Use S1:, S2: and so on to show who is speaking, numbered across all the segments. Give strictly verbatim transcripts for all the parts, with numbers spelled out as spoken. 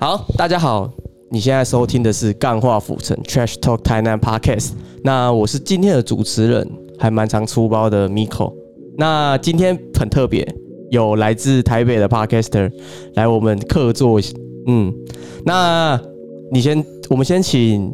S1: 好，大家好，你现在收听的是《干话府城 Trash Talk 台南 Podcast》。那我是今天的主持人，还蛮常出包的 Miko。那今天很特别，有来自台北的 Podcaster 来我们客座。嗯，那你先，我们先请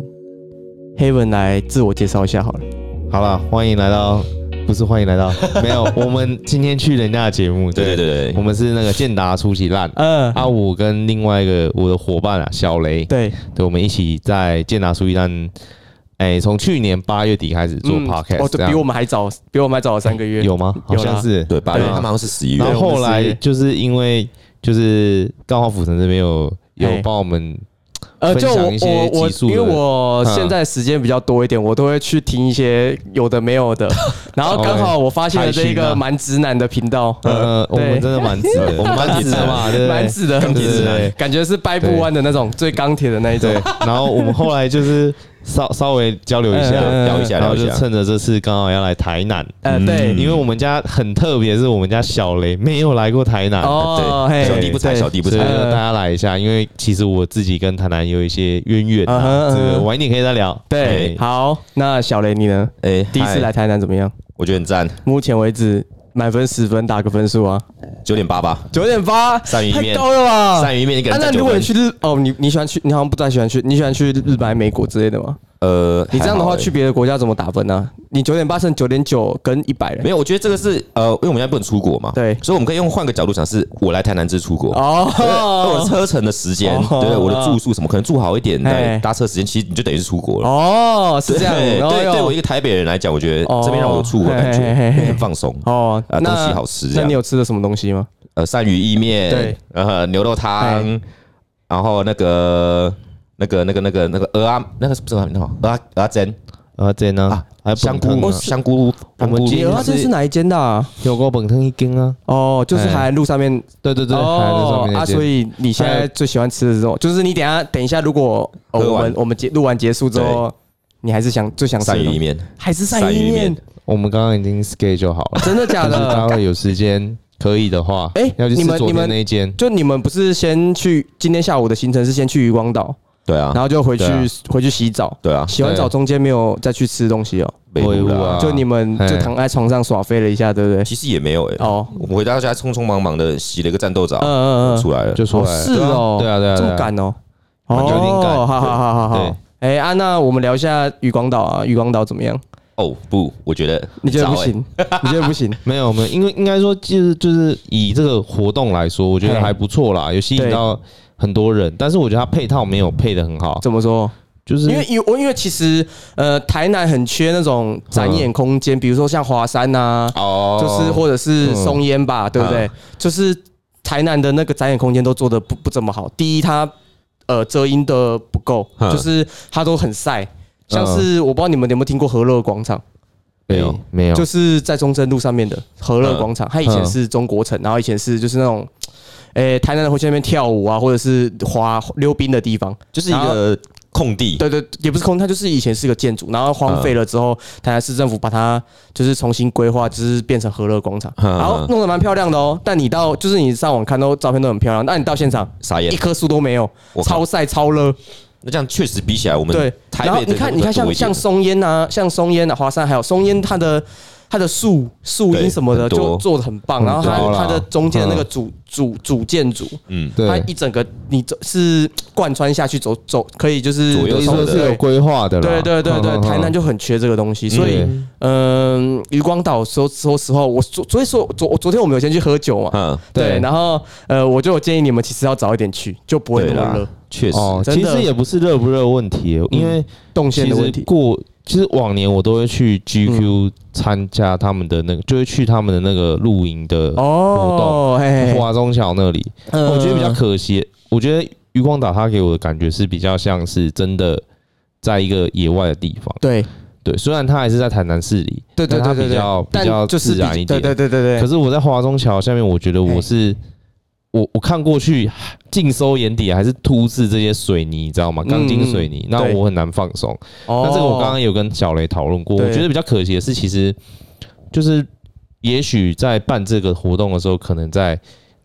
S1: Heaven 来自我介绍一下好了。
S2: 好了，欢迎来到。不是欢迎来到，没有，我们今天去人家的节目，对对对，我们是那个健达出奇烂，嗯，啊，我跟另外一个我的伙伴啊，小雷，对，对，我们一起在健达出奇烂，哎，从去年八月底开始做 podcast，、嗯、哦，
S1: 对，比我们还早，比我们还早了三个月，
S2: 有吗？好像是，
S3: 对，八月，他们好像是十一月，
S2: 然后后来就是因为就是刚好府城这边有有帮我们。
S1: 呃，就我我我，因为我现在时间比较多一点，我都会去听一些有的没有的，然后刚好我发现了这一个蛮直男的频道，
S2: 呃，我们真的蛮直的，我们蛮直的嘛，对，
S1: 蛮直的，很直男，感觉是掰不弯的那种，最钢铁的那一种。
S2: 然后我们后来就是稍稍微交流一下，聊一下，然后就趁着这次刚好要来台南，
S1: 呃，对，
S2: 因为我们家很特别，是我们家小雷没有来过台南，
S3: 对，小弟不才，小弟不才，
S2: 大家来一下，因为其实我自己跟台南有一些渊源，这个晚一点可以再聊。
S1: 对，好，那小雷你呢？哎，第一次来台南怎么样？
S3: 我觉得很赞。
S1: 目前为止，满分十分，打个分数啊？
S3: 九点八吧。
S1: 九点八，
S3: 鳝鱼面
S1: 太高了吧？
S3: 鳝鱼面一个人
S1: 那如果你去日哦，你你喜欢去，你好像不太喜欢去，你喜欢去日本、美国之类的吗？呃，你这样的话去别的国家怎么打分呢、啊？你九点八乘九点九跟一百人，
S3: 没有，我觉得这个是呃，因为我们现在不能出国嘛，
S1: 对，
S3: 所以我们可以用换个角度想，是我来台南之出国哦，我的车程的时间，哦、对，我的住宿什么可能住好一点，对，搭车时间其实你就等于是出国了
S1: 哦，是这样，
S3: 对，对，对我一个台北人来讲，我觉得这边让我出国感觉很放松哦，啊，东西好吃，
S1: 那你有吃的什么东西吗？
S3: 呃，鳝鱼意面，对，呃，牛肉汤，然后那个。那个、那个、那个、那个鹅啊，那个是不是那个鹅啊鹅啊煎
S2: 鹅啊煎呢？还有
S3: 香菇香菇，
S1: 我们鹅啊煎是哪一间的啊？
S2: 有个本汤一根啊。
S1: 哦，就是海岸路上面。
S2: 对对对，海岸路上面
S1: 啊，所以你现在最喜欢吃的这种，就是你等一下等一下，如果我们我们结录完结束之后，你还是想最想吃
S3: 鳝鱼意面，
S1: 还是鳝鱼意面？
S2: 我们刚刚已经 schedule 好了，
S1: 真的假的？
S2: 待会有时间。可以的话，哎，要去吃昨天那一间。
S1: 就你们不是先去今天下午的行程是先去渔光岛？
S3: 对啊，
S1: 然后就回去、啊、回去洗澡。
S3: 对啊，
S1: 洗完澡中间没有再去吃东西哦。
S3: 没有啊，
S1: 就你们就躺在床上耍废了一下，对不对？
S3: 其实也没有哎、欸。哦，我回到家匆匆忙忙的洗了一个战斗澡，嗯嗯嗯，出来了，
S2: 就出来了。
S1: 是哦，
S2: 对啊对啊，
S1: 这么赶哦，
S2: 有点赶。
S1: 好好好好好。哎啊，那我们聊一下渔光岛啊，渔光岛怎么样？
S3: 哦不，我觉得
S1: 你觉得不行，你觉得不行？
S2: 没有没有，因为应该说就是就是以这个活动来说，我觉得还不错啦，有吸引到。很多人，但是我觉得它配套没有配得很好。
S1: 怎么说？就是因为因为因为其实呃，台南很缺那种展演空间，比如说像华山呐，哦，就是或者是松烟吧，对不对？就是台南的那个展演空间都做得不不怎么好。第一，它呃遮阴的不够，就是它都很晒。像是我不知道你们有没有听过和乐广场？
S2: 没有没有，
S1: 就是在中正路上面的和乐广场，它以前是中国城，然后以前是就是那种。诶，台南人会去那边跳舞啊，或者是滑溜冰的地方，
S3: 就是一个空地。
S1: 对对，也不是空，它就是以前是个建筑，然后荒废了之后，台南市政府把它就是重新规划，就是变成和乐广场，然后弄得蛮漂亮的哦。但你到就是你上网看都照片都很漂亮，但你到现场
S3: 傻眼，
S1: 一棵树都没有，超晒超热。
S3: 那这样确实比起来，我们
S1: 对台北你看你看像像松烟啊，像松烟啊，华山还有松烟，它的。它的树树荫什么的就做得很棒，然后它它的中间的那个主主主建筑，嗯，对，它一整个你是贯穿下去走走，可以就是
S2: 左右说是有规划的啦。
S1: 对对对对，台南就很缺这个东西，所以嗯，渔光岛说说实话，我昨昨天说昨昨天我们有先去喝酒嘛，嗯，对，然后呃，我就有建议你们其实要早一点去，就不会那么热。
S3: 确实，
S2: 其实也不是热不热问题，因为
S1: 动线的问题
S2: 过。其实往年我都会去 G Q 参加他们的那个，就会去他们的那个露营的活动，华中桥那里。我觉得比较可惜，我觉得渔光岛它给我的感觉是比较像是真的在一个野外的地方。
S1: 对
S2: 对，虽然它还是在台南市里，
S1: 对对对对，
S2: 比较比较自然一点。
S1: 对对对对对。
S2: 可是我在华中桥下面，我觉得我是。我我看过去，尽收眼底还是突视这些水泥，你知道吗？钢筋水泥，那我很难放松。那这个我刚刚有跟小雷讨论过，我觉得比较可惜的是，其实就是也许在办这个活动的时候，可能在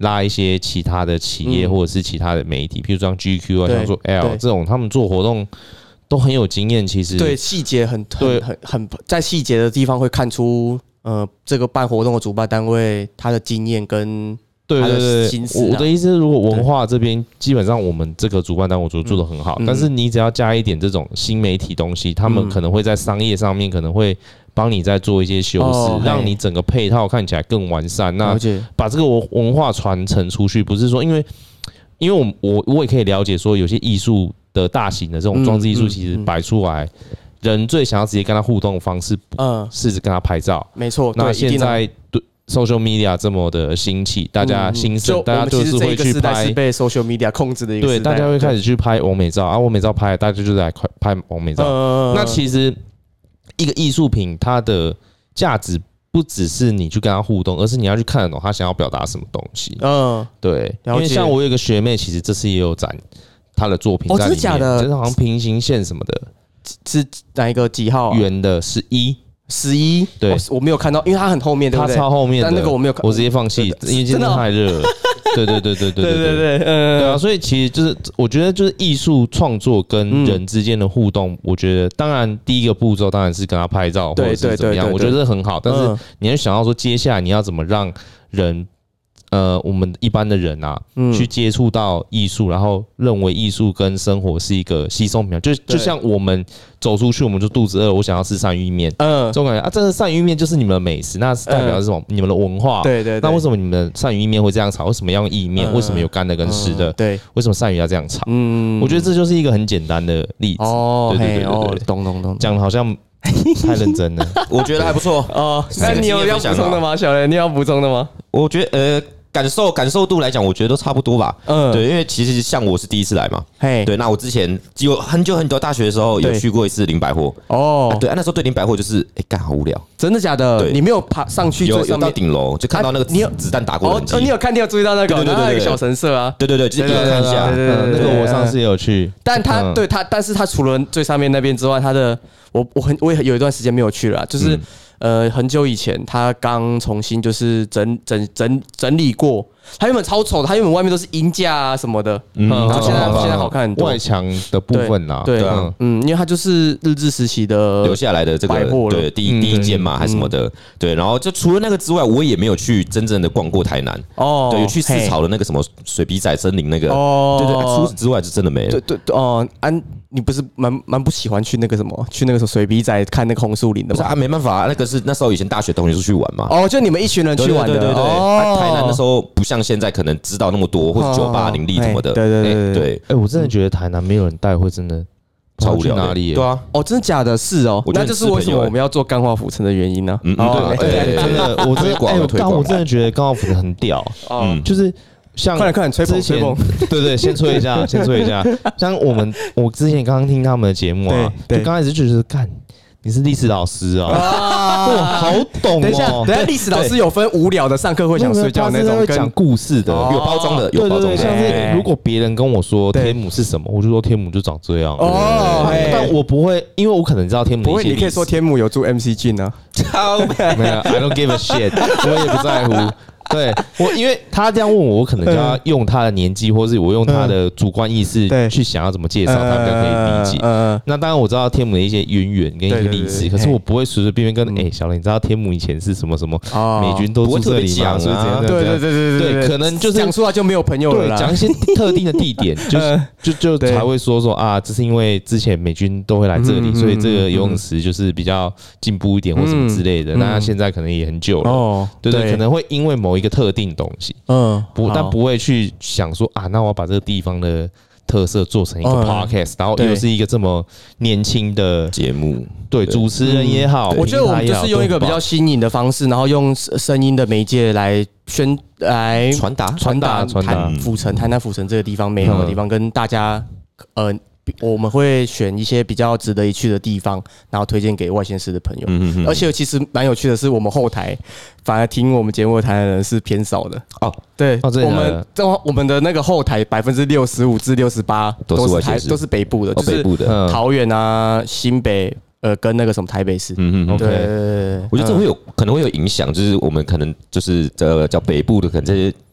S2: 拉一些其他的企业或者是其他的媒体，譬如像 G Q 啊，像做 L 这种，他们做活动都很有经验。其实
S1: 对细节很很很很在细节的地方会看出，呃，这个办活动的主办单位他的经验跟。
S2: 对对对，我的意思是，如果文化这边基本上我们这个主办单位我觉得做得很好，但是你只要加一点这种新媒体东西，他们可能会在商业上面可能会帮你再做一些修饰，让你整个配套看起来更完善。那把这个文化传承出去，不是说因为因为我我我也可以了解说，有些艺术的大型的这种装置艺术，其实摆出来，人最想要直接跟他互动的方式，嗯，是跟他拍照。
S1: 没错，
S2: 那现在对。social media 这么的兴起，大家兴盛，大家就是会去拍，
S1: 是被 social media 控制的一个时代，
S2: 对，大家会开始去拍网美照啊，网美照拍，大家就来拍网美照。那其实一个艺术品，它的价值不只是你去跟他互动，而是你要去看得懂他想要表达什么东西。嗯，对，因为像我有一个学妹，其实这次也有展她的作品在里面，
S1: 哦，真的假的？
S2: 就是好像平行线什么的，
S1: 是哪一个几号？
S2: 圆的十一。
S1: 十一，
S2: 对，
S1: 我没有看到，因为它很后面，对不对？
S2: 它超后面的，
S1: 但那个我没有看，
S2: 我直接放弃，因为今天太热了。对对对对对对对对，嗯，对啊，所以其实就是我觉得就是艺术创作跟人之间的互动，我觉得当然第一个步骤当然是跟他拍照或者是怎么样，我觉得这很好，但是你要想到说接下来你要怎么让人。呃，我们一般的人啊，嗯、去接触到艺术，然后认为艺术跟生活是一个稀松平常，就就像我们走出去，我们就肚子饿，我想要吃鳝鱼面，嗯，这种感觉啊，这个鳝鱼面就是你们的美食，那是代表是什么？嗯、你们的文化，
S1: 对 对,
S2: 對。那为什么你们的鳝鱼意面会这样炒？为什么要用意面？嗯、为什么有干的跟湿的？嗯、对，为什么鳝鱼要这样炒？嗯，我觉得这就是一个很简单的例子。
S1: 哦，
S2: 对对对对对，
S1: 懂懂懂，
S2: 讲的好像太认真了，
S3: 我觉得还不错
S1: 哦。那你有要补充的吗，小雷？你要补充的吗？
S3: 我觉得呃。感受感受度来讲，我觉得都差不多吧。嗯，对，因为其实像我是第一次来嘛，嘿，对，那我之前有很久很久大学的时候有去过一次林百货。哦，啊对啊，那时候对林百货就是哎，干好无聊，
S1: 真的假的？对，你没有爬上去，
S3: 有有到顶楼就看到那个你有子弹打过人机，
S1: 哦，你有看，你有注意到那个，对对对，那个小神社啊，
S3: 对对对，就是看一下，
S2: 那个我上次也有去，
S1: 但他对他，但是他除了最上面那边之外，他的我我很我也有一段时间没有去了，就是。呃，很久以前，他刚重新就是整整整整理过，他原本超丑的，他原本外面都是鹰架啊什么的，嗯，然后现在现在好看很多，
S2: 外墙的部分呐，
S1: 对啊，嗯，因为它就是日治时期的
S3: 留下来的这个对第一第一间嘛，还是什么的，对，然后就除了那个之外，我也没有去真正的逛过台南哦，对，有去四草的那个什么水笔仔森林那个，哦，对对，除此之外是真的没了，
S1: 对对对，哦，安。你不是蛮蛮不喜欢去那个什么，去那个水笔仔看那个红树林的吗？
S3: 啊，没办法，那个是那时候以前大学同学出去玩嘛。
S1: 哦，就你们一群人去玩的。
S3: 对对对对。哦，台南那时候不像现在可能知道那么多，或者酒吧林立什么的。
S1: 对对对对。
S2: 哎，我真的觉得台南没有人带会真的
S3: 超无聊。
S2: 哪里？
S3: 对啊。
S1: 哦，真的假的？是哦。那这是为什么我们要做钢化浮城的原因呢？
S2: 嗯，对对，真的，我真的，哎，我真的觉得钢化浮城很屌。嗯，就是。像
S1: 快点快点吹捧吹捧，
S2: 对对，先吹一下，先吹一下。像我们，我之前刚刚听他们的节目啊，就刚开始就觉得，干，你是历史老师啊，哇，好懂哦。
S1: 等一下，等一下，历史老师有分无聊的上课会想睡觉那种，
S2: 跟讲故事的，
S3: 有包装的，有包装的。
S2: 像是如果别人跟我说天母是什么，我就说天母就长这样。哦，但我不会，因为我可能知道天母。
S1: 不会，你可以说天母有住 M C 菌啊。
S2: 没有 ，I don't give a shit， 我也不在乎。对我，因为他这样问我，我可能就要用他的年纪，或是我用他的主观意识去想要怎么介绍，他比较可以理解。那当然我知道天母的一些渊源跟一些历史，可是我不会随随便便跟哎小雷，你知道天母以前是什么什么美军都住这里吗？
S1: 对对对对对
S2: 对，可能就是
S1: 讲出来就没有朋友了。
S2: 讲一些特定的地点，就是就就才会说说啊，这是因为之前美军都会来这里，所以这个游泳池就是比较进步一点或什么之类的。那现在可能也很久了，对对，可能会因为某一个特定东西，嗯，不，但不会去想说啊，那我要把这个地方的特色做成一个 podcast，、嗯、然后又是一个这么年轻的
S3: 节目，
S2: 对，主持人也好，
S1: 嗯、我觉得我们就是用一个比较新颖的方式，然后用声音的媒介来宣来
S3: 传达
S1: 传达台府城台南府城这个地方美好的地方，跟大家呃。我们会选一些比较值得一去的地方，然后推荐给外县市的朋友。嗯嗯而且其实蛮有趣的是，我们后台反而听我们节目的台南人是偏少的。哦，对，哦、我们这我们的那个后台百分之六十五至六十八都是台都是北部的，就是桃园啊、新北。呃，跟那个什么台北市，嗯嗯，对，
S3: 我觉得这会有可能会有影响，就是我们可能就是这叫北部的，可能这些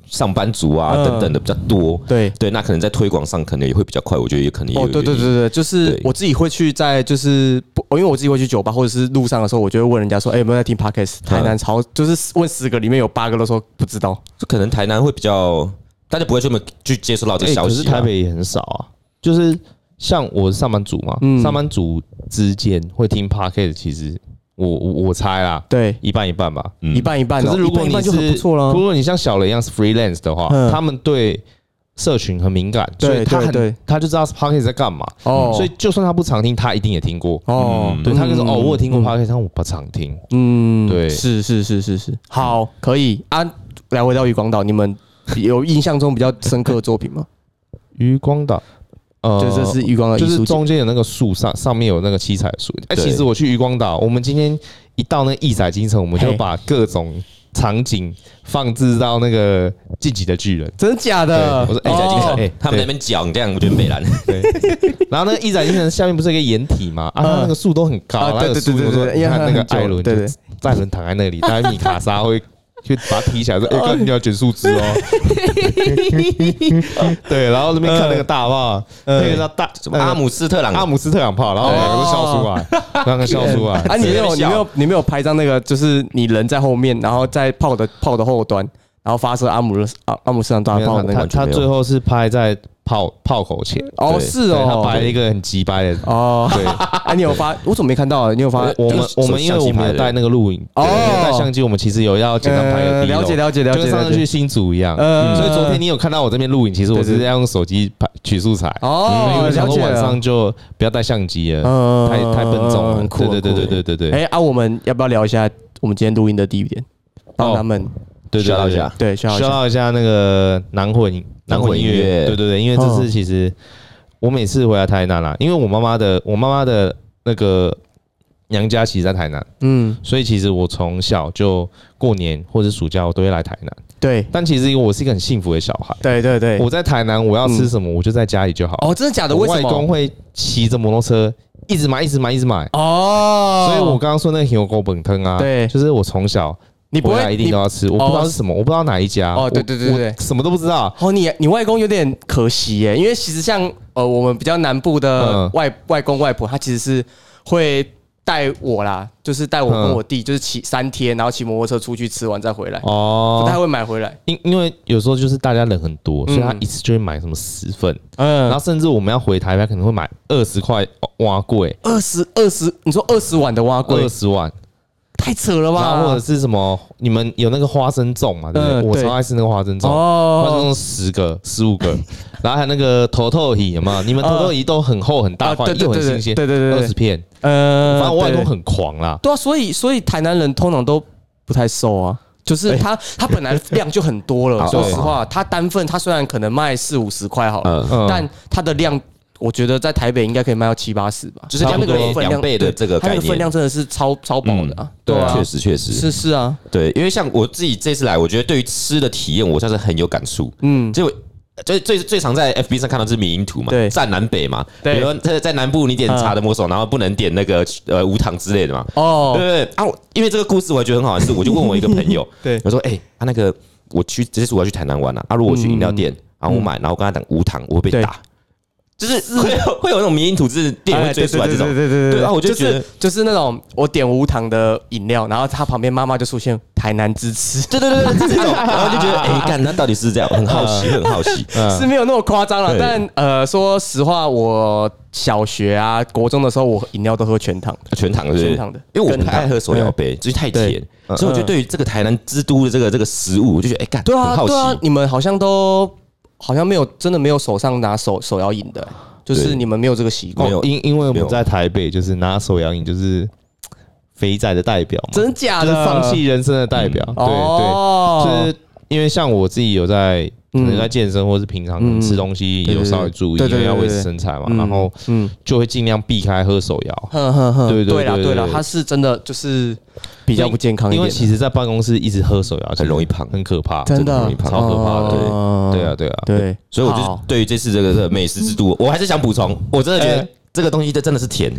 S3: 上班族啊等等的比较多。对对，那可能在推广上可能也会比较快，我觉得也可能也有。
S1: 哦，对对对对，就是我自己会去在就是因为我自己会去酒吧或者是路上的时候，我就会问人家说，哎、欸，有没有在听 podcast？ 台南超就是问十个里面有八个都说不知道，
S3: 就可能台南会比较大家不会这么去接收到这个消息、啊
S2: 欸，可是台北也很少啊，就是像我是上班族嘛，嗯、上班族之间会听 podcast， 其实。我我我猜啦，
S1: 对，
S2: 一半一半吧，
S1: 嗯、一半一半、喔。
S2: 可是如果你是，
S1: 就很不错了。
S2: 如果你像小雷一样是 freelance 的话，嗯、他们对社群很敏感，所以他很他就知道 podcast 在干嘛。哦，所以就算他不常听，他一定也听过。哦，对，他就说、嗯、哦，我有听过 podcast，、嗯、但我不常听。嗯，对，
S1: 是是是是是，好，可以啊。来回到渔光岛，你们有印象中比较深刻的作品吗？
S2: 渔光岛。
S1: 呃，就这是渔光岛，
S2: 就是中间有那个树上，上面有那个七彩树。哎，其实我去渔光岛，我们今天一到那个义载金城，我们就把各种场景放置到那个晋级的巨人，
S1: 真的假的？
S3: 我说义载金城，哎，他们那边讲这样，我觉得美兰。对，
S2: 然后那个义载金城下面不是一个掩体吗？啊，它那个树都很高，那个树，我说你看那个艾伦，对，艾伦躺在那里，大概米卡莎会。就把它提起来说：“哎、欸，哥，你要卷树枝哦。”对，然后那边看那个大炮，那个叫大
S3: 阿姆斯特朗
S2: 阿姆斯特朗炮，然后两个都笑出来，两个笑出来。
S1: 啊，你没有，你没有，你没有拍张那个，就是你人在后面，然后在炮的炮的后端，然后发射阿姆阿阿姆斯特朗大炮的那个。
S2: 他最后是拍在。炮炮口前
S1: 哦，是哦，
S2: 他摆了一个很鸡掰的哦，对，
S1: 啊，你有发？我怎么没看到？你有发？
S2: 我们我们因为我们有带那个录影，哦，带相机，我们其实有要简单拍个 B
S1: 了解了解了解，
S2: 就跟上次去新竹一样，嗯，所以昨天你有看到我这边录影，其实我是在用手机拍取素材哦，因为想说晚上就不要带相机了，太太笨重了，对对对对对对对。
S1: 哎啊，我们要不要聊一下我们今天录音的地点？帮他们
S2: 对对对
S1: 对，需
S2: 要一下那个南混。南混音乐，对对对，因为这次其实我每次回来台南啦，因为我妈妈的我妈妈的那个娘家其实在台南，嗯，所以其实我从小就过年或者暑假我都会来台南，
S1: 对。
S2: 但其实我是一个很幸福的小孩，
S1: 对对对，
S2: 我在台南我要吃什么我就在家里就好。
S1: 哦，真的假的？为什么？
S2: 外公会骑着摩托车一直买一直买一直买哦，所以我刚刚说那个牛狗本汤啊，对，就是我从小。你不会一定都要吃，我不知道是什么，我不知道哪一家。哦，
S1: 对对对对，
S2: 什么都不知道。
S1: 哦，你你外公有点可惜耶，因为其实像呃我们比较南部的外外公外婆，他其实是会带我啦，就是带我跟我弟，就是骑三天，然后骑摩托车出去吃完再回来。哦，不太会买回来，
S2: 因因为有时候就是大家人很多，所以他一次就会买什么十份，嗯，然后甚至我们要回台北，可能会买二十块碗粿，
S1: 二十二十，你说二十碗的碗粿，
S2: 二十碗。
S1: 太扯了吧！
S2: 或者是什么？你们有那个花生粽嘛？对不对？我超爱吃那个花生粽，花生粽十个、十五个，然后还有那个头头鱼有没有？你们头头鱼都很厚很大块，又很新鲜，对对对，二十片。呃，反正我外公很狂啦。
S1: 对啊，所以所以台南人通常都不太瘦啊，就是他他本来量就很多了。说实话，他单份他虽然可能卖四五十块好了，但他的量。我觉得在台北应该可以卖到七八十吧，
S3: 就是两倍两倍的这个概念，
S1: 它的分量真的是超超饱的啊！对啊，
S3: 确实确实
S1: 是是啊，
S3: 对，因为像我自己这次来，我觉得对于吃的体验，我算是很有感触。嗯，就最最最常在 F B 上看到是迷因图嘛，对，占南北嘛，比如说在在南部你点茶的魔手，然后不能点那个呃无糖之类的嘛。哦，对对啊，因为这个故事我觉得很好玩，是我就问我一个朋友，对，我说哎，他那个我去这次我要去台南玩啊，啊，如果我去饮料店，然后我买，然后我跟他讲无糖，我会被打。就是会有会有那种迷因图，就是店会追出来这种，对对对对对。然后我就觉得
S1: 就是那种我点无糖的饮料，然后他旁边妈妈就出现台南支持，
S3: 对对对对，这种，然后就觉得哎，干那到底是这样，很好奇，很好奇，
S1: 是没有那么夸张了。但呃，说实话，我小学啊、国中的时候，我饮料都喝全糖，
S3: 全糖的，全糖的，因为我不太爱喝手摇杯，就是太甜，所以我觉得对于这个台南之都的这个这个食物，我就觉得哎，干，
S1: 对啊，
S3: 好奇，
S1: 你们好像都。好像没有，真的没有手上拿手手摇饮的，就是你们没有这个习惯。
S2: 因因为我们在台北，就是拿手摇饮就是肥仔的代表嘛，
S1: 真假的，
S2: 就是放弃人生的代表。对对，就是因为像我自己有在可能在健身，或是平常吃东西有稍微注意，因为要维持身材嘛，然后就会尽量避开喝手摇。对对
S1: 对啦对啦，它是真的就是比较不健康一点。
S2: 因为其实，在办公室一直喝手摇，
S3: 很容易胖，
S2: 很可怕，
S1: 真的
S3: 容易胖，
S2: 超可怕的。对啊，对啊，
S1: 对。
S3: 所以我就对于这次这个美食之都，我还是想补充，我真的觉得这个东西这真的是甜。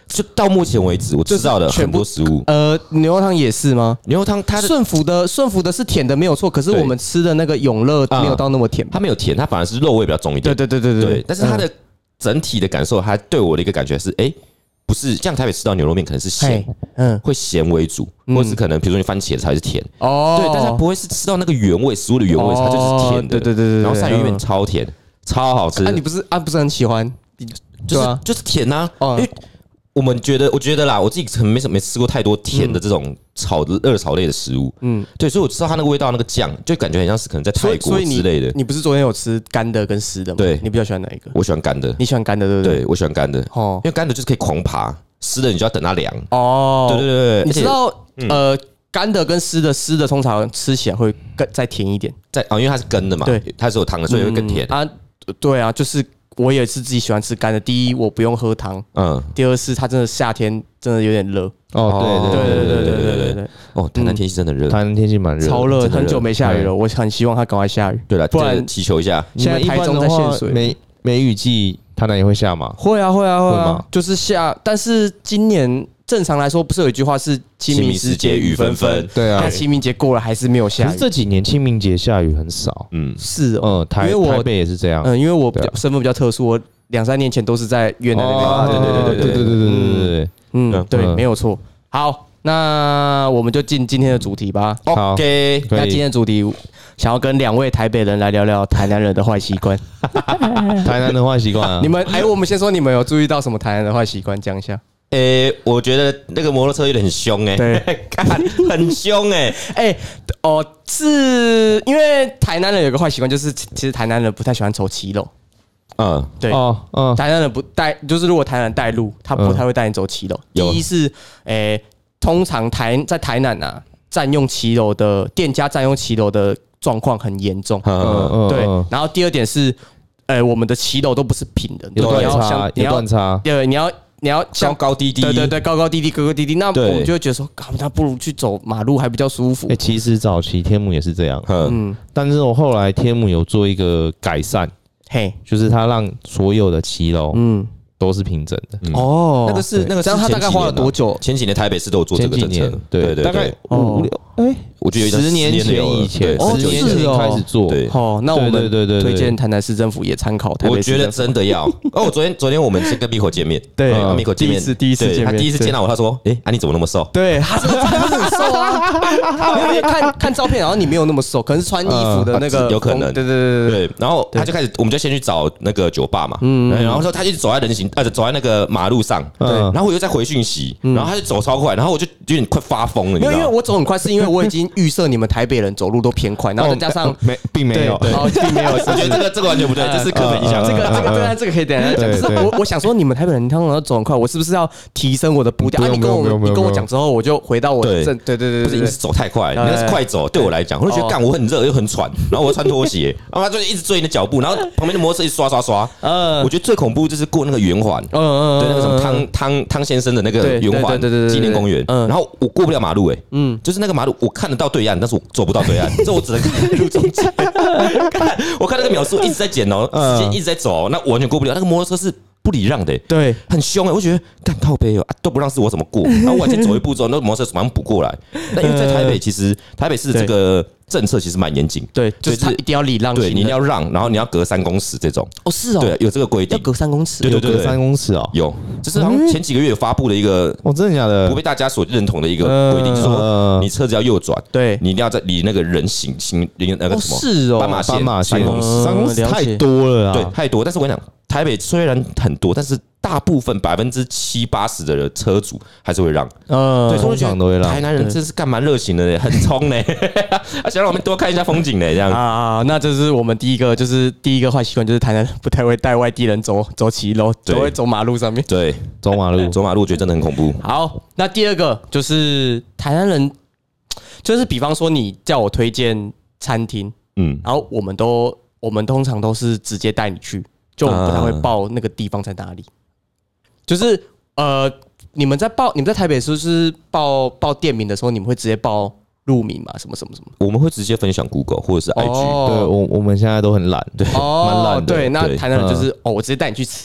S3: 就到目前为止我吃到的很多食物，
S1: 呃，牛肉汤也是吗？
S3: 牛肉汤它
S1: 顺福的顺福的是甜的没有错，可是我们吃的那个永乐没有到那么甜，
S3: 它没有甜，它反而是肉味比较重一点。
S1: 对对对对对，
S3: 但是它的整体的感受，它对我的一个感觉是，哎，不是像台北吃到牛肉面可能是咸，嗯，会咸为主，或是可能比如说你番茄才是甜哦，对，但是它不会是吃到那个原味食物的原味，它就是甜的，
S1: 对对对对，
S3: 然后鳝鱼面超甜，超好吃。
S1: 啊，你不是啊不是很喜欢？
S3: 就是就是甜呐，因为我们觉得，我觉得啦，我自己可能没什没吃过太多甜的这种炒的热炒类的食物，嗯，对，所以我知道它那个味道，那个酱就感觉很像是可能在泰国之类的。
S1: 你不是昨天有吃干的跟湿的吗？
S3: 对，
S1: 你比较喜欢哪一个？
S3: 我喜欢干的。
S1: 你喜欢干的对不对？
S3: 对，我喜欢干的，哦，因为干的就是可以狂爬，湿的你就要等它凉。哦，对对对对，
S1: 你知道呃，干的跟湿的，湿的通常吃起来会更再甜一点，
S3: 在哦，因为它是根的嘛，对，它是有汤的，所以会更甜
S1: 啊。对啊，就是。我也是自己喜欢吃干的。第一，我不用喝汤。嗯。第二是它真的夏天真的有点热。
S2: 哦，对对对对对对对对。
S3: 哦，台南天气真的热，
S2: 台南天气蛮热，
S1: 超热，很久没下雨了。我很希望它赶快下雨。
S3: 对了，不然祈求一下。
S1: 现在台中在限水，
S2: 梅梅雨季，台南也会下吗？
S1: 会啊会啊会啊，就是下。但是今年正常来说，不是有一句话是清明时节雨纷纷？对啊。清明节过了还是没有下雨。
S2: 可是这几年清明节下雨很少。
S1: 嗯，是哦。
S2: 嗯，台台北也是这样。
S1: 嗯，因为我身份比较特殊，我。两三年前都是在越南那边，
S2: 对对对对对对对对对，
S1: 嗯，对，没有错。好，那我们就进今天的主题吧。
S3: OK，
S1: 那今天的主题想要跟两位台北人来聊聊台南人的坏习惯。
S2: 台南的坏习惯啊？
S1: 你们哎，我们先说你们有注意到什么台南的坏习惯？讲一下。
S3: 诶，我觉得那个摩托车有点很凶哎，对，很凶哎，
S1: 哎，哦，是因为台南人有个坏习惯，就是其实台南人不太喜欢走骑楼。嗯，对，哦，嗯，台南人不带，就是如果台南带路，他不太会带你走骑楼。第一是，诶，通常台在台南啊，占用骑楼的店家占用骑楼的状况很严重。嗯，对。然后第二点是，诶，我们的骑楼都不是平的，
S2: 有断差，有断差。
S1: 对，你要你要
S3: 高高低低，
S1: 对对对，高高低低，高高低低。那我们就会觉得说，那不如去走马路还比较舒服。
S2: 哎，其实早期天母也是这样，嗯，但是我后来天母有做一个改善。嘿，就是他让所有的骑楼，嗯，都是平整的。
S1: 哦，
S3: 那个是那个，
S1: 这样他大概花了多久？
S3: 前几年台北市都有做这个政策，对对对，
S2: 大概五六哎。我觉得
S3: 十
S2: 年前以前，十年前开始做，
S1: 对，哦，那我们对对对推荐台南市政府也参考台北市。
S3: 我觉得真的要。哦，我昨天昨天我们是跟 Miko 见面，
S1: 对
S3: ，Miko 见面，
S1: 第一次第一次见面，
S3: 他第一次见到我，他说：“哎，啊你怎么那么瘦？”
S1: 对，他真的很瘦啊。因为看看照片，然后你没有那么瘦，可能是穿衣服的那个
S3: 有可能。
S1: 对对对
S3: 对。然后他就开始，我们就先去找那个酒吧嘛，嗯，然后说他一直走在人行，呃，走在那个马路上，对，然后我又在回讯息，然后他就走超快，然后我就有点快发疯了，
S1: 因为因为我走很快，是因为我已经预设你们台北人走路都偏快，然后再加上
S2: 没并没有，
S1: 哦，并没有，
S3: 我觉得这个这个完全不对，这是刻板印象。
S1: 这个这个当然这个可以等一下讲。可是我我想说，你们台北人通常都走很快，我是不是要提升我的步调？啊，你跟我你跟我讲之后，我就回到我的正，对对对，
S3: 不是你是走太快，你那是快走，对我来讲，我就觉得干我很热又很喘，然后我穿拖鞋，然后他就一直追你的脚步，然后旁边的摩托车一直刷刷刷。嗯，我觉得最恐怖就是过那个圆环，嗯嗯，对那个什么汤汤汤先生的那个圆环纪念公园，然后我过不了马路，哎，嗯，就是那个马路我看得到对岸，但是我走不到对岸，这我只能看路中间。我看那个秒数一直在减哦，时间一直在走，那我完全过不了。那个摩托车是不礼让的，
S1: 对，
S3: 很凶哎，我觉得干靠背哦，都不让是我怎么过？然后我往前走一步之后，那个摩托车马上补过来。那因为在台北，其实台北市的这个政策其实蛮严谨，
S1: 对，就是他一定要礼让，
S3: 对，你一定要让，然后你要隔三公尺这种。
S1: 哦，是哦，
S3: 对，有这个规定，
S1: 要隔三公尺，
S2: 对对对，隔三公尺哦，
S3: 有，这是好像前几个月有发布的一个，
S2: 哦，真的假的？
S3: 不被大家所认同的一个规定，就是说你车子要右转，
S1: 对，
S3: 你一定要在离那个人行行那个什么
S1: 是哦，
S3: 斑马线三公尺，
S2: 三公尺太多了啊，
S3: 对，太多。但是我跟你讲，台北虽然很多，但是大部分百分之七八十的车主还是会让，
S2: 嗯，对，通常都会让。
S3: 台南人真是干蛮热情的嘞，很冲嘞，他想让我们多看一下风景嘞，这样
S1: 啊，那这是我们第一个，就是第一个坏习惯，就是台南不太会带外地人走走骑楼，只会走马路上面，
S3: 对，走马路，走马路，我觉得真的很恐怖。
S1: 好，那第二个就是台南人，就是比方说你叫我推荐餐厅，嗯，然后我们都我们通常都是直接带你去，就我们不太会报那个地方在哪里。就是呃，你们在报你们在台北是不是报报店名的时候，你们会直接报路名嘛？什么什么什么？
S3: 我们会直接分享 Google 或者是 I G。
S2: 对，我我们现在都很懒，对，蛮懒的。
S1: 对，那台南人就是哦，我直接带你去吃了。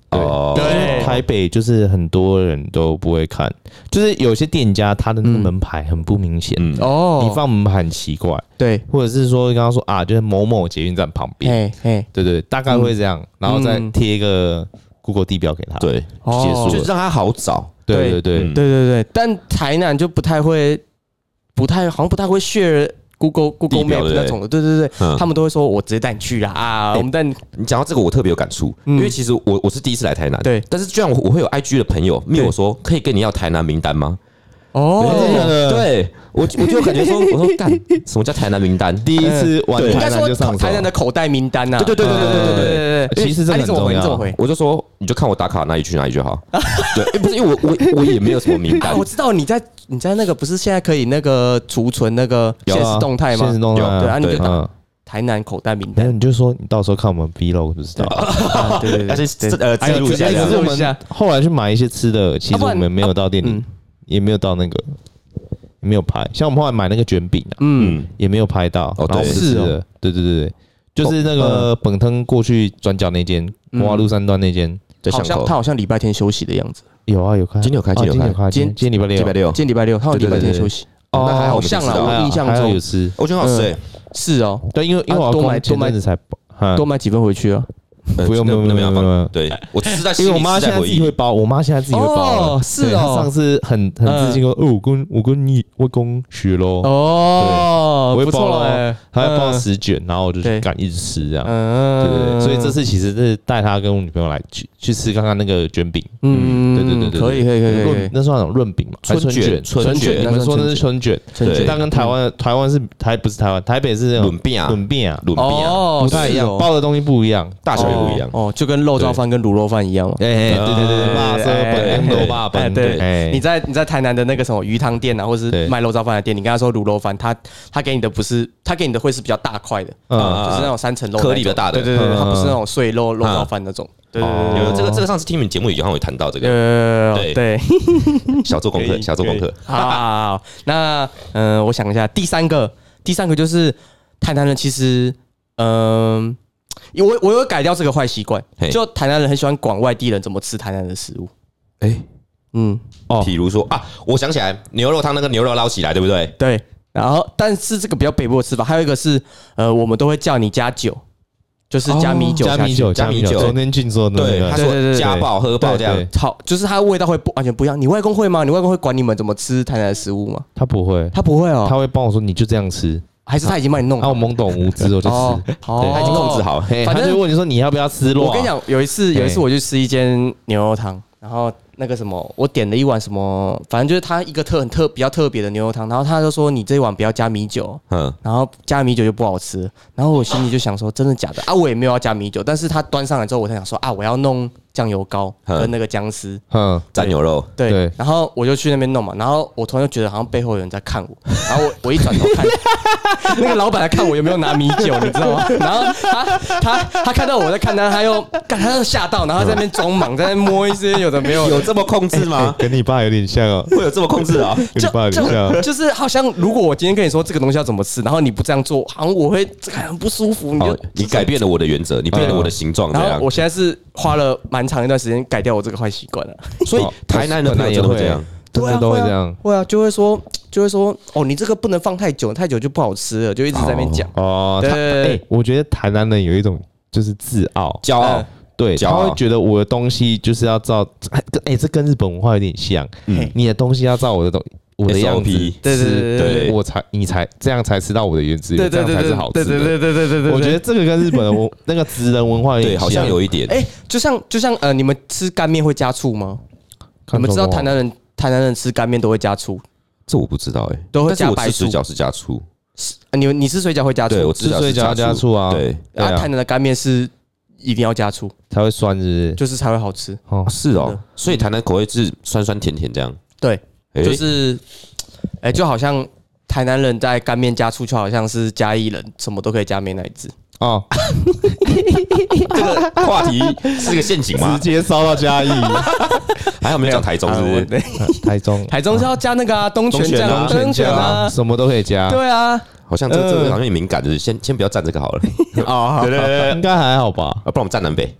S2: 对，台北就是很多人都不会看，就是有些店家他的那个门牌很不明显，哦，你放门牌很奇怪，
S1: 对，
S2: 或者是说刚刚说啊，就是某某捷运站旁边，对对，大概会这样，然后再贴一个 Google 地标给他，
S3: 对，结束，就让他好找，
S2: 对对对
S1: 对对对，但台南就不太会，不太好像不太会 share。Google Google Map 那种的，对对对，他们都会说我直接带你去啦啊！我们带你。
S3: 你讲到这个，我特别有感触，因为其实我我是第一次来台南，对，但是居然我我会有 I G 的朋友密我说，可以跟你要台南名单吗？哦，对我我就感觉说，我说干什么叫台南名单？
S2: 第一次玩台南就上
S1: 台南的口袋名单呐，
S3: 对对对对对对对
S2: 对，其实这很重要。
S3: 我就说，你就看我打卡哪里去哪里就好。对，不是因为我我我也没有什么名单，
S1: 我知道你在你在那个不是现在可以那个储存那个现实动态吗？
S2: 现实动态
S1: 对啊，你就打台南口袋名单，
S2: 你就说你到时候看我们 vlog 就知道。
S1: 对对对，
S3: 但是呃记录一下，
S2: 可是我们后来去买一些吃的，其实我们没有到店里，也没有到那个。没有拍，像我们后来买那个卷饼啊，嗯，也没有拍到。哦，对，是的，对对对对，就是那个本汤过去转角那间，华路三段那间，
S1: 好像他好像礼拜天休息的样子。
S2: 有啊，有开，
S3: 今天有开，今天有开，
S2: 今天今天礼拜六，
S3: 礼拜六，
S1: 今天礼拜六，他礼拜天休息。哦，那还好像啦，我印象中
S2: 有吃，
S3: 我觉得好吃。
S1: 是哦，
S2: 对，因为因为我
S1: 多买多买
S2: 才
S1: 多买几份回去啊。
S2: 不用不用不用不用，
S3: 对我吃在，
S2: 因为我妈现在自己会包，我妈现在自己会包了。
S1: 是哦，
S2: 上次很很自信说，哦，我跟我跟你外公学喽。哦，我会包了，她会包十卷，然后我就去赶一直吃这样。对对对，所以这次其实是带她跟我女朋友来去去吃看看那个卷饼。嗯，对对对对，
S1: 可以可以可以可以，
S2: 那算那种润饼嘛？春卷春卷，你们说那是春卷？对，但跟台湾台湾是台不是台湾，台北是那种
S3: 润饼啊
S2: 润饼啊
S3: 润饼啊，
S2: 不太一样，包的东西不一样，
S3: 大小也不一样。
S1: 哦，就跟肉燥饭跟卤肉饭一样嘛。
S2: 哎，对对对，霸色本跟肉霸本。
S1: 对，你在你在台南的那个什么鱼汤店啊，或者是卖肉燥饭的店，你跟他说卤肉饭，他他给你的不是，他给你的会是比较大块的，就是那种三层肉
S3: 颗粒的大的。
S1: 对对对，它不是那种碎肉肉燥饭那种。对对对，
S3: 有这个这个上次听你们节目里好像有谈到这个。
S1: 对对，
S3: 小做功课，小做功课。
S1: 好，那嗯，我想一下，第三个第三个就是台南人其实嗯。因为我我有改掉这个坏习惯，就台南人很喜欢管外地人怎么吃台南的食物。哎，嗯，
S3: 哦，比如说啊，我想起来牛肉汤那个牛肉捞起来，对不对？
S1: 对。然后，但是这个比较北部的吃法，还有一个是，呃，我们都会叫你加酒，就是加米酒，
S2: 加米酒，加米酒。昨天俊说的，
S3: 对，他说加爆喝爆这样，
S1: 好，就是它的味道会不完全不一样。你外公会吗？你外公会管你们怎么吃台南的食物吗？
S2: 他不会，
S1: 他不会哦，
S2: 他会帮我说你就这样吃。
S1: 还是他已经帮你弄好？
S2: 我懵懂无知，我就吃。对，
S3: 他已经控制好了。
S2: 反正就问你说你要不要吃肉？
S1: 我跟你讲，有一次，有一次我去吃一间牛肉汤，然后那个什么，我点了一碗什么，反正就是他一个特很特比较特别的牛肉汤，然后他就说你这一碗不要加米酒，嗯，然后加米酒就不好吃。然后我心里就想说，真的假的啊？我也没有要加米酒，但是他端上来之后，我才想说啊，我要弄酱油膏跟那个姜丝，
S3: 嗯，蘸牛肉，
S1: 对，然后我就去那边弄嘛，然后我突然就觉得好像背后有人在看我，然后我我一转头看，那个老板在看我有没有拿米酒，你知道吗？然后他他他看到我在看他，他又他又吓到，然后在那边装忙，在那边摸一些有的没有，
S3: 有这么控制吗？
S2: 跟你爸有点像哦，
S3: 会有这么控制啊？
S2: 跟你爸有点像，
S1: 就是好像如果我今天跟你说这个东西要怎么吃，然后你不这样做，好像我会很不舒服。你就
S3: 你改变了我的原则，你变了我的形状，这样。
S1: 我现在是花了蛮长一段时间改掉我这个坏习惯了，
S3: 所以台南的朋友都会这样，
S2: 对啊，都会这样，
S1: 会啊，就会说，就会说，哦，你这个不能放太久，太久就不好吃了，就一直在那边讲。哦，
S2: 对，我觉得台南人有一种就是自傲、
S3: 骄傲，
S2: 对，他会觉得我的东西就是要照，哎，这跟日本文化有点像，你的东西要照我的东。我的样子，
S1: 对对
S2: 对，我才你才这样才吃到我的原汁原味，这样才是好吃的。
S1: 对对对对对对，
S2: 我觉得这个跟日本的文那个职人文化
S3: 对好像有一点。
S1: 哎，就像就像呃，你们吃干面会加醋吗？你们知道台南人台南人吃干面都会加醋？
S3: 这我不知道哎，
S1: 都会加白醋。
S3: 水饺是加醋，
S1: 你你吃水饺会加醋？
S3: 对，我吃
S2: 水饺加醋啊。
S3: 对，
S1: 然后台南的干面是一定要加醋
S2: 才会酸，是不是？
S1: 就是才会好吃。
S3: 哦，是哦，所以台南口味是酸酸甜甜这样。
S1: 对，就是。哎，就好像台南人在干面加醋，就好像是嘉义人什么都可以加美乃滋哦。
S3: 这个话题是个陷阱吗？
S2: 直接烧到嘉义，
S3: 还有没有讲台中？是不是？
S2: 台中，
S1: 台中是要加那个啊，东泉酱、东泉啊，
S2: 什么都可以加。
S1: 对啊，
S3: 好像这个这个好像有点敏感，就是先先不要站这个好了。
S2: 哦，对对对，应该还好吧？
S3: 不然我们站南北。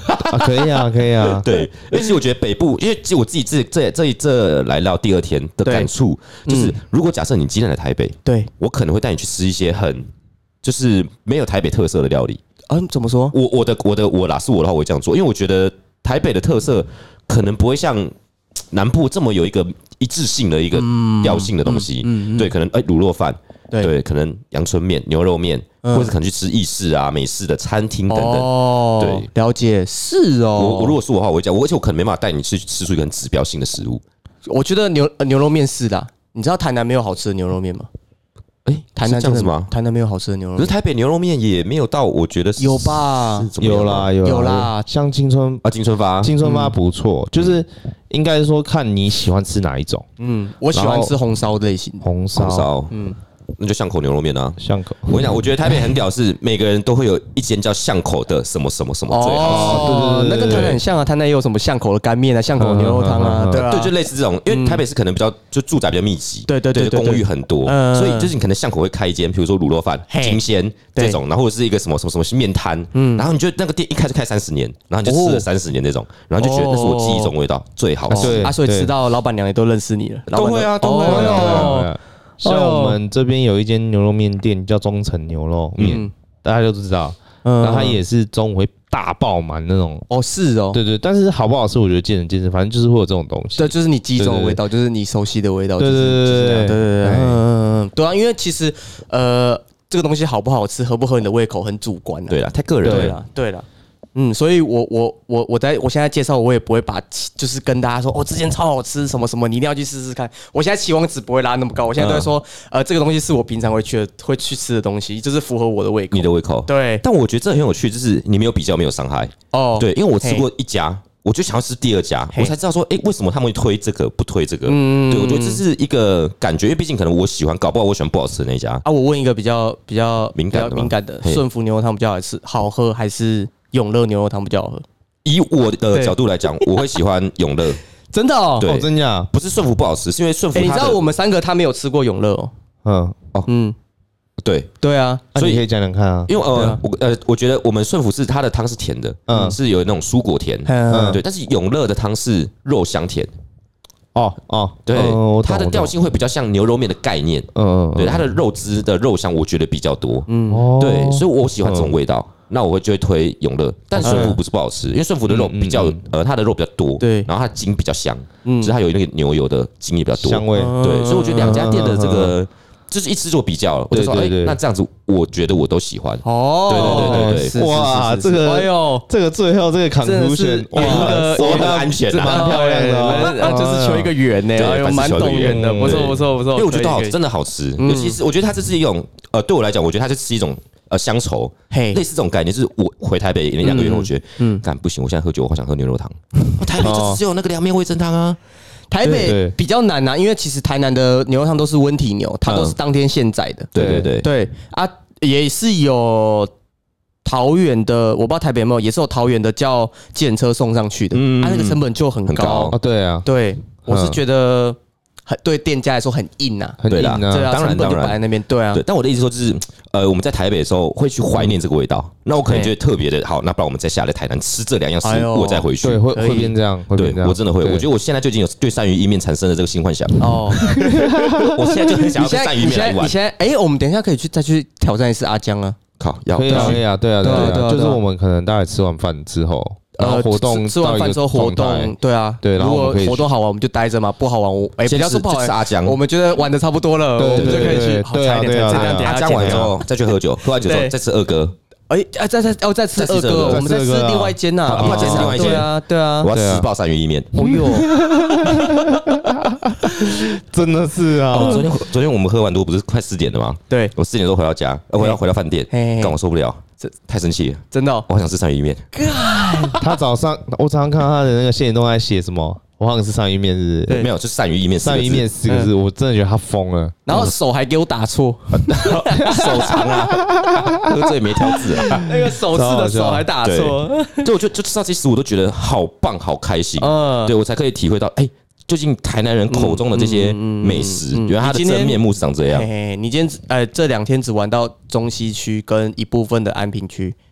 S2: 啊，可以啊，可以啊。
S3: 对，而且我觉得北部，因为其实我自己这这这这来到第二天的感触，就是如果假设你今天来台北，
S1: 对
S3: 我可能会带你去吃一些很就是没有台北特色的料理。
S1: 嗯，怎么说？
S3: 我我的我的我啦，是我的话我会这样做，因为我觉得台北的特色可能不会像南部这么有一个一致性的一个调性的东西。嗯，对，可能哎卤肉饭，对，可能阳春面、牛肉面，或者可能去吃意式啊、美式的餐厅等等。
S1: 哦，对，了解，是哦。
S3: 我我如果是我的话，我会讲，而且我可能没办法带你去吃出一个很指标性的食物。
S1: 我觉得牛牛肉面是的，你知道台南没有好吃的牛肉面吗？哎，台南
S3: 这样子吗？
S1: 台南没有好吃的牛肉面，
S3: 可是台北牛肉面也没有到，我觉得
S1: 有吧？
S2: 有啦，
S1: 有啦，
S2: 像金春
S3: 啊，金春发，
S2: 金春发不错，就是应该说看你喜欢吃哪一种。
S1: 嗯，我喜欢吃红烧类型，
S2: 红烧，
S3: 嗯。那就巷口牛肉面啊，
S2: 巷口。
S3: 我跟你讲，我觉得台北很屌，是每个人都会有一间叫巷口的什么什么什么最好
S1: 吃。哦，那跟台南很像啊，台南也有什么巷口的干面啊，巷口牛肉汤啊，对啊，
S3: 对，就类似这种。因为台北是可能比较就住宅比较密集，
S1: 对对对，
S3: 公寓很多，所以就是你可能巷口会开一间，比如说卤肉饭、金鲜这种，然后或者是一个什么什么什么面摊，然后你就那个店一开就开三十年，然后你就吃了三十年那种，然后就觉得那是我记忆中味道最好吃
S1: 啊，所以吃到老板娘也都认识你了，
S3: 都会啊，都会啊。
S2: 像我们这边有一间牛肉面店叫忠诚牛肉面，嗯、大家都知道，然后它也是中午会大爆满那种。
S1: 哦，是哦，
S2: 对对，但是好不好吃，我觉得见仁见智，反正就是会有这种东西。
S1: 对，就是你记忆中的味道，就是你熟悉的味道。
S2: 对对对对对对对，
S1: 嗯，对啊，因为其实呃，这个东西好不好吃，合不合你的胃口，很主观的。
S3: 对啦，太个人了。
S1: 对啦，对啦。嗯，所以我我我我在我现在介绍，我也不会把就是跟大家说哦，之前超好吃什么什么，你一定要去试试看。我现在期望值不会拉那么高，我现在都会说，呃，这个东西是我平常会去的会去吃的东西，就是符合我的胃口。
S3: 你的胃口，
S1: 对。
S3: 但我觉得这很有趣，就是你没有比较，没有伤害。哦，对，因为我吃过一家，我就想要吃第二家，我才知道说，哎，为什么他们会推这个不推这个？嗯，对，我觉得这是一个感觉，因为毕竟可能我喜欢，搞不好我喜欢不好吃的那一家。
S1: 啊，我问一个比较比较
S3: 敏感
S1: 敏感的，顺福牛肉汤比较好吃，好喝还是？永乐牛肉汤比较好喝。
S3: 以我的角度来讲，我会喜欢永乐。
S1: 真的哦，
S3: 对，
S2: 真的
S3: 不是顺福不好吃，是因为顺福。
S1: 你知道我们三个他没有吃过永乐哦。
S2: 嗯
S3: 哦嗯，对
S1: 对啊，
S2: 所以可以讲讲看啊。
S3: 因为呃我呃我觉得我们顺福是它的汤是甜的，嗯，是有那种蔬果甜，嗯对，但是永乐的汤是肉香甜。
S2: 哦哦，
S3: 对，它的调性会比较像牛肉面的概念，嗯，对，它的肉汁的肉香我觉得比较多，嗯，对，所以我喜欢这种味道，那我会就会推永乐，但顺福不是不好吃，因为顺福的肉比较呃，它的肉比较多，对，然后它的筋比较香，嗯，就是它有那个牛油的筋也比较多，
S2: 香味，
S3: 对，所以我觉得两家店的这个。就是一吃就比较了，我就说，哎，那这样子，我觉得我都喜欢。哦，对对对对对，
S2: 哇，这个，哎呦，这个最后这个 conclusion，
S1: 哇，
S3: 我很安全，
S2: 蛮漂亮的，
S1: 啊，就是求一个圆呢，哎呦，蛮动人的，不错不错不错。
S3: 因为我觉得好，真的好吃，尤其是我觉得它这是一种，呃，对我来讲，我觉得它是一种呃乡愁，类似这种概念，就是我回台北两个月后，我觉得，嗯，干不行，我现在喝酒，我好想喝牛肉汤。台北就只有那个凉面味噌汤啊。
S1: 台北比较难啊，因为其实台南的牛肉汤都是温体牛，它都是当天现宰的。
S3: 对对对
S1: 对啊，也是有桃园的，我不知道台北有没有，也是有桃园的叫计程车送上去的，嗯，啊，那个成本就很高
S2: 啊。对啊，
S1: 对，我是觉得。很对店家来说很硬啊，
S2: 很硬啊，
S1: 对啊，
S3: 当然当然
S1: 摆在那边，对啊，
S3: 对。但我的意思说就是，呃，我们在台北的时候会去怀念这个味道，那我可能觉得特别的好，那不然我们再下来台南吃这两样食物，我再回去，
S2: 对，会会变这样，
S3: 对我真的会，我觉得我现在就已经有对鳝鱼意面产生了这个新幻想哦，我现在就很想要跟鳝鱼面来玩。
S1: 你现在哎，我们等一下可以去再去挑战一次阿江啊，
S3: 靠，要
S2: 可以啊，可以啊，对啊，对啊，就是我们可能大概吃完饭之后。然后活动
S1: 吃完饭之后活动，对啊，
S2: 对。
S1: 如果活动好玩，我们就待着嘛；不好玩，我哎，不要说不好玩，
S3: 阿江，
S1: 我们觉得玩的差不多了，我们就可以去。
S2: 对啊，对啊。
S3: 阿江完之后再去喝酒，喝完酒之后再吃二哥。
S1: 哎，再再要再吃二哥，我们再吃另外一间呐，
S3: 另外一间是另外一间，
S1: 对啊，对啊。
S3: 我要吃爆鳝鱼意面。
S1: 哦哟，
S2: 真的是啊！
S3: 昨天昨天我们喝完都不是快四点了吗？
S1: 对，
S3: 我四点多回到家，我要回到饭店，但我受不了。这太生气了，
S1: 真的、哦，
S3: 我好想吃鳝鱼面。
S2: 他早上我早上看到他的那个现实动态写什么，我好想吃鳝鱼面，是不是？
S3: 没有，就是鳝鱼意面，
S2: 鳝鱼面四个字，我真的觉得他疯了。
S1: 然后手还给我打错，
S3: 手长啊，喝醉没挑字啊，
S1: 那个手势的手还打错。
S3: 对，我就就吃到这食物，我都觉得好棒，好开心。嗯，对我才可以体会到，哎。究竟台南人口中的这些美食，原来它的真面目是长这样。
S1: 你今天呃这两天只玩到中西区跟一部分的安平区，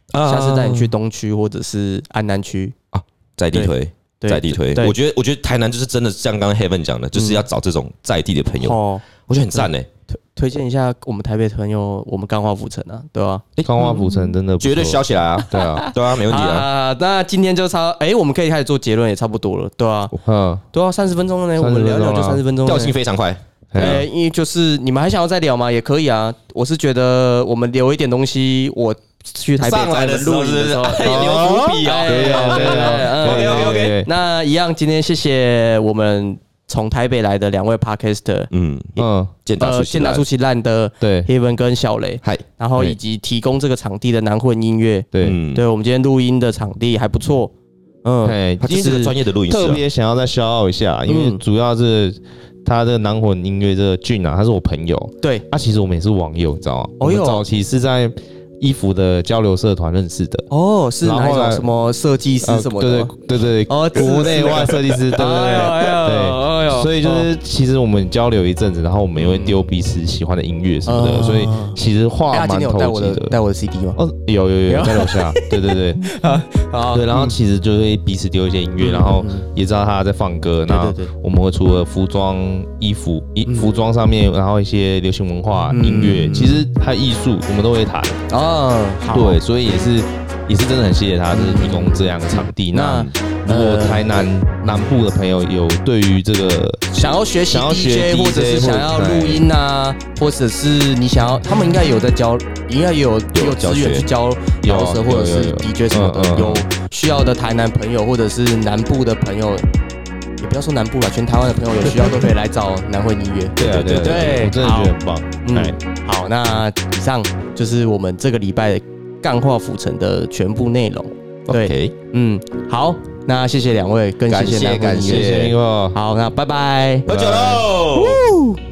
S1: 下次带你去东区或者是安南区啊，
S3: 在地推。在地推，我觉得，我觉得台南就是真的像刚刚 Heaven 讲的，就是要找这种在地的朋友，哦、我觉得很赞呢。
S1: 推推荐一下我们台北朋友，我们钢化府城啊，对吧？
S2: 哎，钢化府城真的
S3: 绝对消起来啊！对啊，对啊，没问题啊。
S1: 啊，那今天就差，哎，我们可以开始做结论，也差不多了，对吧？嗯，对啊，三十分钟了呢，我们聊聊就三十分钟，
S3: 调性非常快。
S1: 哎，因为就是你们还想要再聊吗？也可以啊。我是觉得我们留一点东西，我。去台北
S3: 上来的录音的时候，留伏笔啊，
S1: 对啊，对啊 ，OK OK。那一样，今天谢谢我们从台北来的两位 Podcaster， 嗯嗯，健达健达出奇烂的对 Heaven 跟小雷，嗨，然后以及提供这个场地的南混音乐，对，对我们今天录音的场地还不错，
S3: 嗯，他是专业的录音师，
S2: 特别想要再消耗一下，因为主要是。他的南混音乐这个俊啊，他是我朋友，对，他其实我们也是网友，你知道吗？我们早期是在。衣服的交流社团认识的
S1: 哦，是哪种什么设计师什么的？
S2: 对对对对，哦，国内外设计师，对对对对，所以就是其实我们交流一阵子，然后我们也会丢彼此喜欢的音乐什么的，所以其实话蛮投机的。
S1: 带我的 C D 吗？哦，
S2: 有有有在楼下，对对对，对，然后其实就会彼此丢一些音乐，然后也知道他在放歌，然后我们会除了服装、衣服、衣服装上面，然后一些流行文化音乐，其实还有艺术，我们都会谈。哦，对，所以也是也是真的很谢谢他，就是提供这样的场地。那如果台南南部的朋友有对于这个
S1: 想要学习 D J 或者是想要录音啊，或者是你想要，他们应该有在教，应该有有资源去教饶舌或者是 D J 什么的，有需要的台南朋友或者是南部的朋友。也不要说南部了，全台湾的朋友有需要都可以来找南混音乐。
S2: 对对对对，我真的觉得很棒。
S1: 嗯，好，那以上就是我们这个礼拜干化府城的全部内容。对，嗯，好，那谢谢两位，更谢谢南混音乐。
S2: 谢谢，
S1: 好，那拜拜，
S3: 喝酒喽。